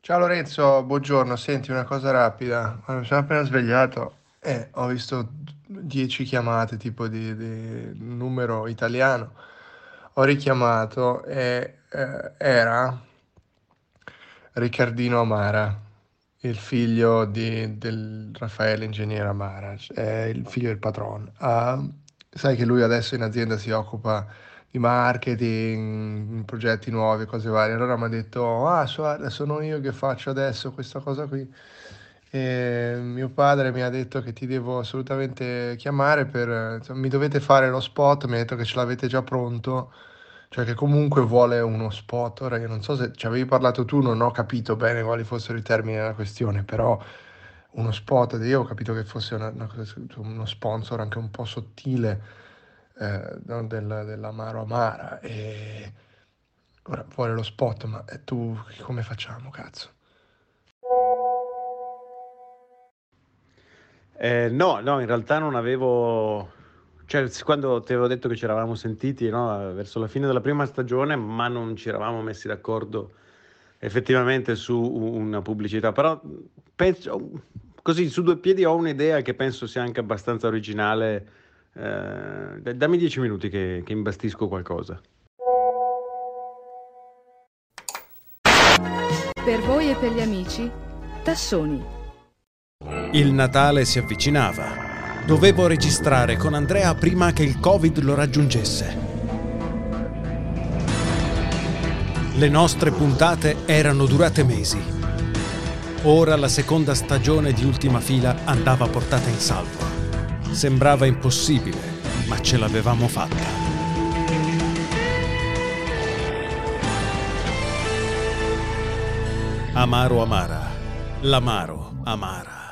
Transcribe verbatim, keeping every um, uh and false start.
Ciao Lorenzo, buongiorno. Senti una cosa rapida. Allora, mi sono appena svegliato e ho visto dieci chiamate tipo di, di numero italiano. Ho richiamato e eh, era Riccardino Amara, il figlio di- del Raffaele Ingegnere Amara, è il figlio del patron. Ah, sai che lui adesso in azienda si occupa di marketing, progetti nuovi, cose varie. Allora mi ha detto, ah, guarda, sono io che faccio adesso questa cosa qui. E mio padre mi ha detto che ti devo assolutamente chiamare per, insomma, mi dovete fare lo spot, mi ha detto che ce l'avete già pronto, cioè che comunque vuole uno spot. Ora io non so se ci avevi parlato tu, non ho capito bene quali fossero i termini della questione, però uno spot, io ho capito che fosse una- una cosa- uno sponsor anche un po' sottile eh, no, del- dell'Amaro Amara e ora vuole lo spot, ma eh, tu come facciamo, cazzo? Eh, no, no, in realtà non avevo, cioè s- quando ti avevo detto che ci eravamo sentiti, no, verso la fine della prima stagione, ma non ci eravamo messi d'accordo effettivamente su u- una pubblicità, però penso, così su due piedi ho un'idea che penso sia anche abbastanza originale. Eh, d- dammi dieci minuti che, che imbastisco qualcosa. Per voi e per gli amici, Tassoni. Il Natale si avvicinava. Dovevo registrare con Andrea prima che il Covid lo raggiungesse. Le nostre puntate erano durate mesi. Ora la seconda stagione di Ultima Fila andava portata in salvo. Sembrava impossibile, ma ce l'avevamo fatta. Amaro Amara. L'amaro Amara.